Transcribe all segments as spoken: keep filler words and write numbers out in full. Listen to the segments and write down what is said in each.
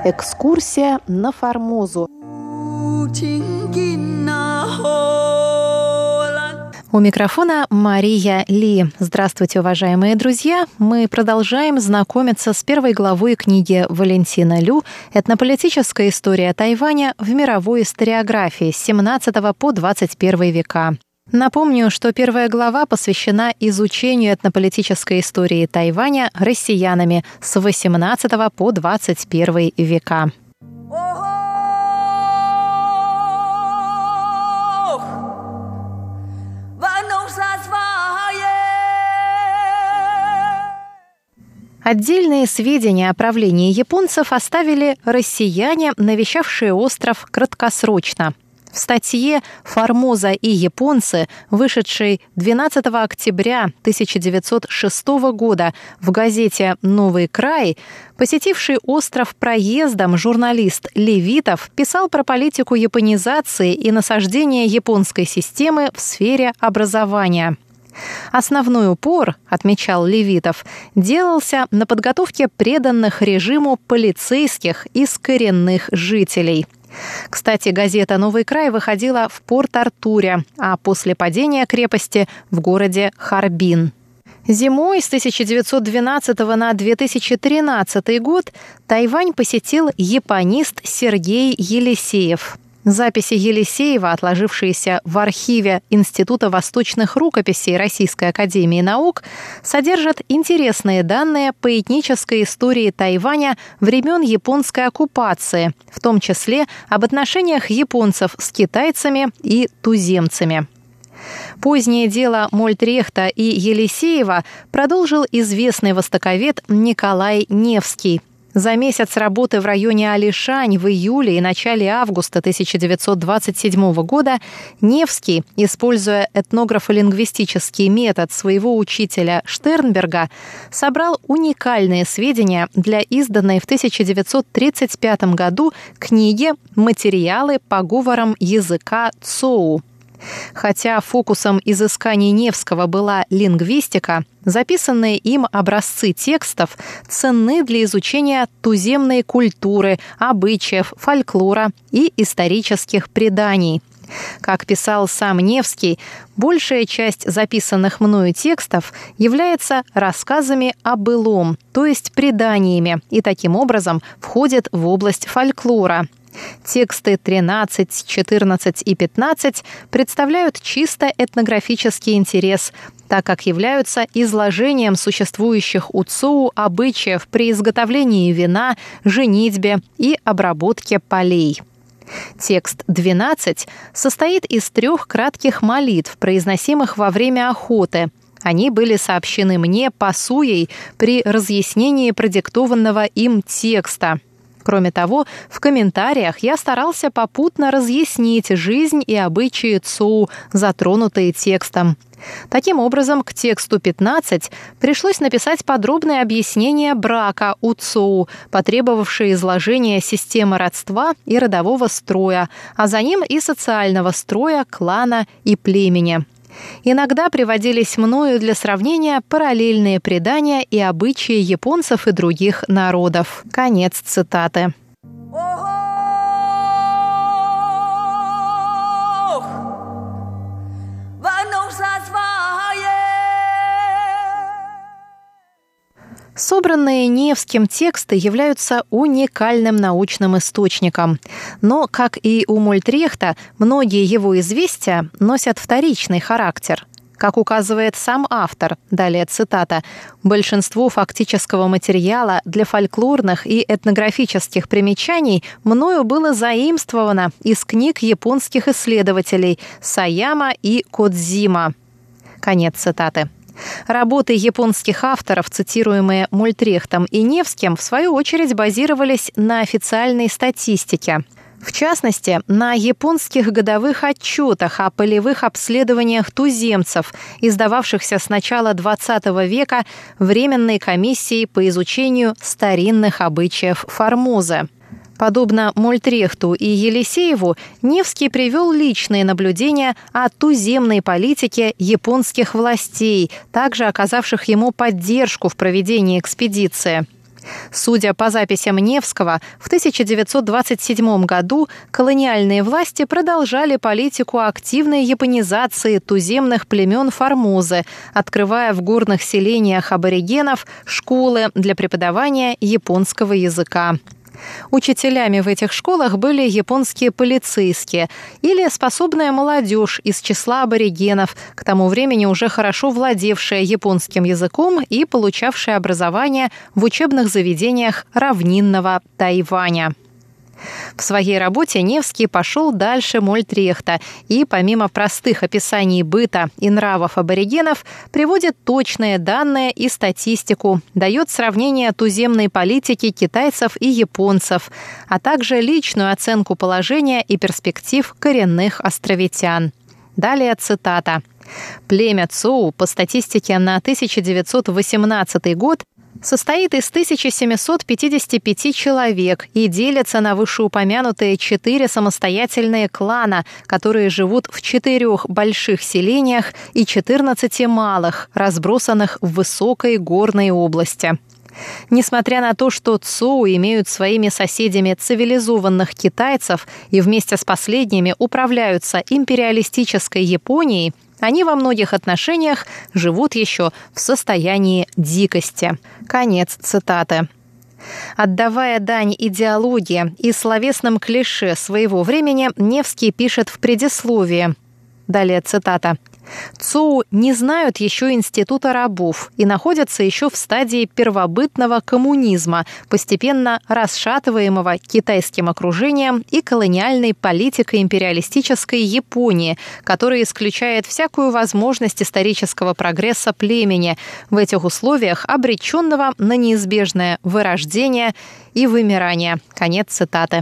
Экскурсия на Формозу. У микрофона Мария Ли. Здравствуйте, уважаемые друзья! Мы продолжаем знакомиться с первой главой книги Валентина Лю «Этнополитическая история Тайваня в мировой историографии с семнадцатого по двадцать первый века». Напомню, что первая глава посвящена изучению этнополитической истории Тайваня россиянами с восемнадцатого по двадцать первый века. Отдельные сведения о правлении японцев оставили россияне, навещавшие остров краткосрочно. В статье «Формоза и японцы», вышедшей двенадцатого октября тысяча девятьсот шестого года в газете «Новый край», посетивший остров проездом журналист Левитов писал про политику японизации и насаждения японской системы в сфере образования. Основной упор, отмечал Левитов, делался на подготовке преданных режиму полицейских из коренных жителей. Кстати, газета «Новый край» выходила в Порт-Артуре, а после падения крепости – в городе Харбин. Зимой с тысяча девятьсот двенадцатого на две тысячи тринадцатый год Тайвань посетил японист Сергей Елисеев. Записи Елисеева, отложившиеся в архиве Института восточных рукописей Российской академии наук, содержат интересные данные по этнической истории Тайваня времен японской оккупации, в том числе об отношениях японцев с китайцами и туземцами. Позднее дело Мольтрехта и Елисеева продолжил известный востоковед Николай Невский. За месяц работы в районе Алишань в июле и начале августа тысяча девятьсот двадцать седьмого года Невский, используя этнографо-лингвистический метод своего учителя Штернберга, собрал уникальные сведения для изданной в тысяча девятьсот тридцать пятом году книги «Материалы по говорам языка Цоу». Хотя фокусом изысканий Невского была лингвистика, записанные им образцы текстов ценны для изучения туземной культуры, обычаев, фольклора и исторических преданий. Как писал сам Невский, большая часть записанных мною текстов является рассказами о былом, то есть преданиями, и таким образом входит в область фольклора. Тексты тринадцать, четырнадцать и пятнадцать представляют чисто этнографический интерес, так как являются изложением существующих у Цоу обычаев при изготовлении вина, женитьбе и обработке полей. Текст двенадцать состоит из трех кратких молитв, произносимых во время охоты. Они были сообщены мне Пасуей при разъяснении продиктованного им текста. Кроме того, в комментариях я старался попутно разъяснить жизнь и обычаи Цоу, затронутые текстом. Таким образом, к тексту пятнадцать пришлось написать подробное объяснение брака у Цоу, потребовавшее изложения системы родства и родового строя, а за ним и социального строя, клана и племени. Иногда приводились мною для сравнения параллельные предания и обычаи японцев и других народов. Конец цитаты. Собранные Невским тексты являются уникальным научным источником. Но, как и у Мольтрехта, многие его известия носят вторичный характер. Как указывает сам автор, далее цитата, «большинство фактического материала для фольклорных и этнографических примечаний мною было заимствовано из книг японских исследователей Саяма и Кодзима». Конец цитаты. Работы японских авторов, цитируемые Мольтрехтом и Невским, в свою очередь базировались на официальной статистике. В частности, на японских годовых отчетах о полевых обследованиях туземцев, издававшихся с начала двадцатого века Временной комиссией по изучению старинных обычаев Формозы. Подобно Мольтрехту и Елисееву, Невский привел личные наблюдения о туземной политике японских властей, также оказавших ему поддержку в проведении экспедиции. Судя по записям Невского, в тысяча девятьсот двадцать седьмом году колониальные власти продолжали политику активной японизации туземных племен Формозы, открывая в горных селениях аборигенов школы для преподавания японского языка. Учителями в этих школах были японские полицейские или способная молодежь из числа аборигенов, к тому времени уже хорошо владевшая японским языком и получавшая образование в учебных заведениях равнинного Тайваня. В своей работе Невский пошел дальше Мольтрехта и, помимо простых описаний быта и нравов аборигенов, приводит точные данные и статистику, дает сравнение туземной политики китайцев и японцев, а также личную оценку положения и перспектив коренных островитян. Далее цитата. «Племя Цоу, по статистике на тысяча девятьсот восемнадцатый год, состоит из тысячи семисот пятидесяти пяти человек и делится на вышеупомянутые четыре самостоятельные клана, которые живут в четырех больших селениях и четырнадцати малых, разбросанных в высокой горной области». Несмотря на то, что Цоу имеют своими соседями цивилизованных китайцев и вместе с последними управляются империалистической Японией, они во многих отношениях живут еще в состоянии дикости. Конец цитаты. Отдавая дань идеологии и словесным клише своего времени, Невский пишет в предисловии. Далее цитата. «Цоу не знают еще института рабов и находятся еще в стадии первобытного коммунизма, постепенно расшатываемого китайским окружением и колониальной политикой империалистической Японии, которая исключает всякую возможность исторического прогресса племени, в этих условиях обреченного на неизбежное вырождение и вымирание». Конец цитаты.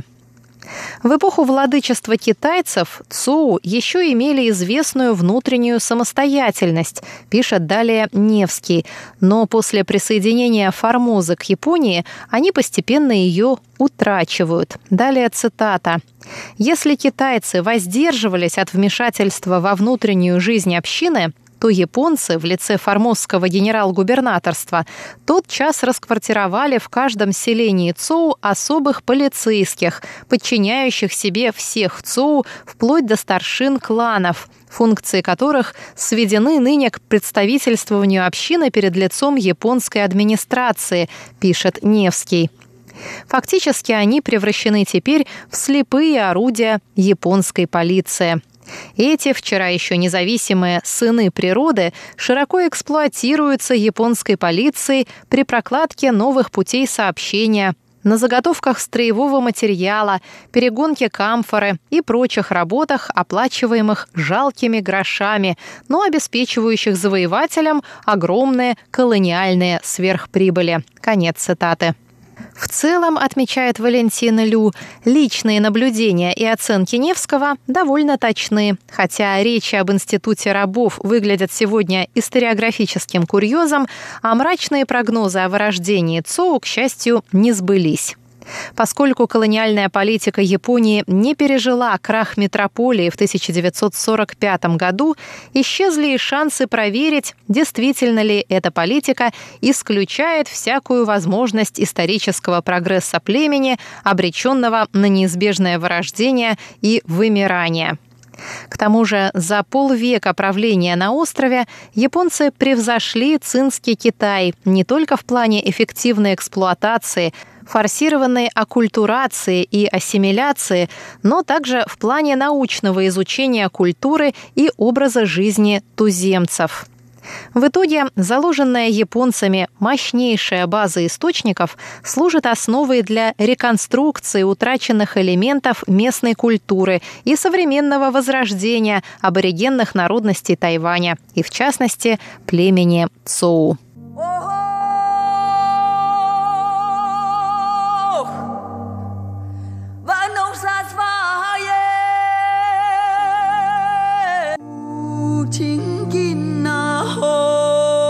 В эпоху владычества китайцев Цоу еще имели известную внутреннюю самостоятельность, пишет далее Невский, но после присоединения Формозы к Японии они постепенно ее утрачивают. Далее цитата. «Если китайцы воздерживались от вмешательства во внутреннюю жизнь общины, то японцы в лице формозского генерал-губернаторства тотчас расквартировали в каждом селении Цоу особых полицейских, подчиняющих себе всех Цоу вплоть до старшин кланов, функции которых сведены ныне к представительствованию общины перед лицом японской администрации», пишет Невский. Фактически они превращены теперь в слепые орудия японской полиции. Эти, вчера еще независимые сыны природы, широко эксплуатируются японской полицией при прокладке новых путей сообщения, на заготовках строевого материала, перегонке камфоры и прочих работах, оплачиваемых жалкими грошами, но обеспечивающих завоевателям огромные колониальные сверхприбыли. Конец цитаты. В целом, отмечает Валентин Лю, личные наблюдения и оценки Невского довольно точны, хотя речи об институте рабов выглядят сегодня историографическим курьезом, а мрачные прогнозы о вырождении Цоу, к счастью, не сбылись. Поскольку колониальная политика Японии не пережила крах метрополии в тысяча девятьсот сорок пятом году, исчезли и шансы проверить, действительно ли эта политика исключает всякую возможность исторического прогресса племени, обреченного на неизбежное вырождение и вымирание. К тому же за полвека правления на острове японцы превзошли цинский Китай не только в плане эффективной эксплуатации, форсированной оккультурации и ассимиляции, но также в плане научного изучения культуры и образа жизни туземцев. В итоге заложенная японцами мощнейшая база источников служит основой для реконструкции утраченных элементов местной культуры и современного возрождения аборигенных народностей Тайваня, и в частности племени Цоу.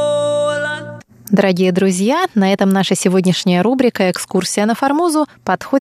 Дорогие друзья, на этом наша сегодняшняя рубрика «Экскурсия на Формозу» подходит